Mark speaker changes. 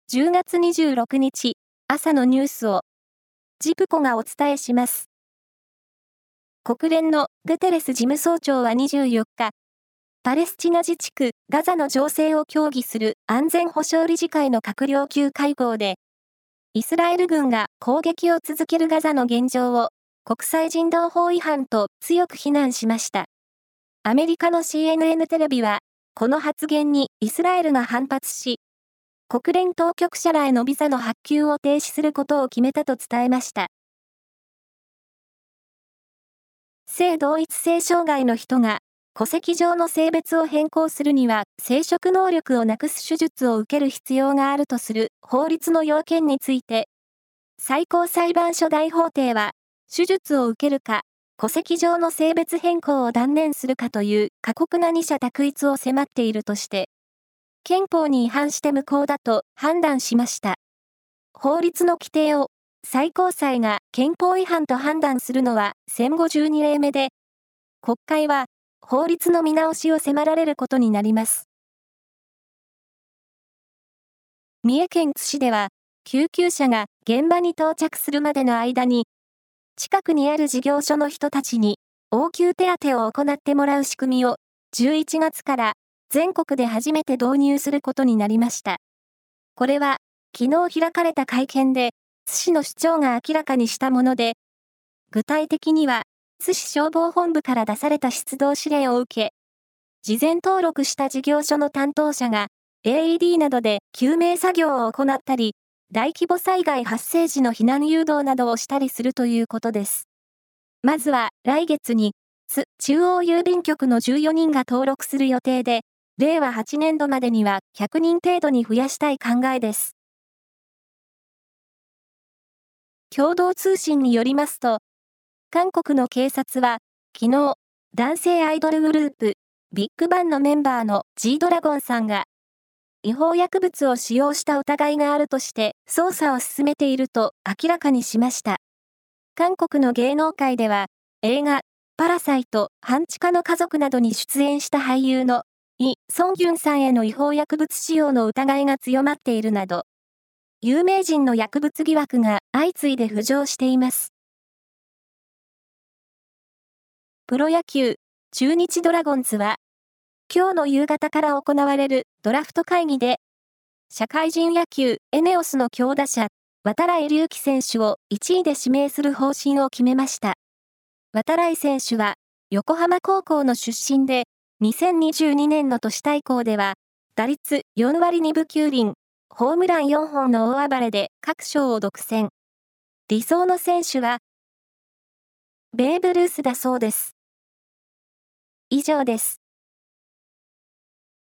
Speaker 1: 10月26日朝のニュースをジプコがお伝えします。国連のグテレス事務総長は24日、パレスチナ自治区ガザの情勢を協議する安全保障理事会の閣僚級会合で、イスラエル軍が攻撃を続けるガザの現状を国際人道法違反と強く非難しました。アメリカの CNN テレビは、この発言にイスラエルが反発し、国連当局者らへのビザの発給を停止することを決めたと伝えました。性同一性障害の人が戸籍上の性別を変更するには生殖能力をなくす手術を受ける必要があるとする法律の要件について、最高裁判所大法廷は手術を受けるか戸籍上の性別変更を断念するかという過酷な二者択一を迫っているとして、憲法に違反して無効だと判断しました。法律の規定を最高裁が憲法違反と判断するのは1052例目で、国会は法律の見直しを迫られることになります。三重県津市では、救急車が現場に到着するまでの間に、近くにある事業所の人たちに応急手当を行ってもらう仕組みを11月から全国で初めて導入することになりました。これは昨日開かれた会見で津市の市長が明らかにしたもので、具体的には津市消防本部から出された出動指令を受け、事前登録した事業所の担当者が AED などで救命作業を行ったり、大規模災害発生時の避難誘導などをしたりするということです。まずは来月に津中央郵便局の14人が登録する予定で、令和8年度までには100人程度に増やしたい考えです。共同通信によりますと、韓国の警察は昨日、男性アイドルグループ、ビッグバンのメンバーの G ドラゴンさんが、違法薬物を使用した疑いがあるとして捜査を進めていると明らかにしました。韓国の芸能界では、映画、パラサイト、半地下の家族などに出演した俳優のイ・ソンギュンさんへの違法薬物使用の疑いが強まっているなど、有名人の薬物疑惑が相次いで浮上しています。プロ野球、中日ドラゴンズは、今日の夕方から行われるドラフト会議で、社会人野球エネオスの強打者、渡来隆輝選手を1位で指名する方針を決めました。渡来選手は、横浜高校の出身で、2022年の都市対抗では、打率4割2分9厘、ホームラン4本の大暴れで各賞を独占。理想の選手は、ベーブ・ルースだそうです。以上です。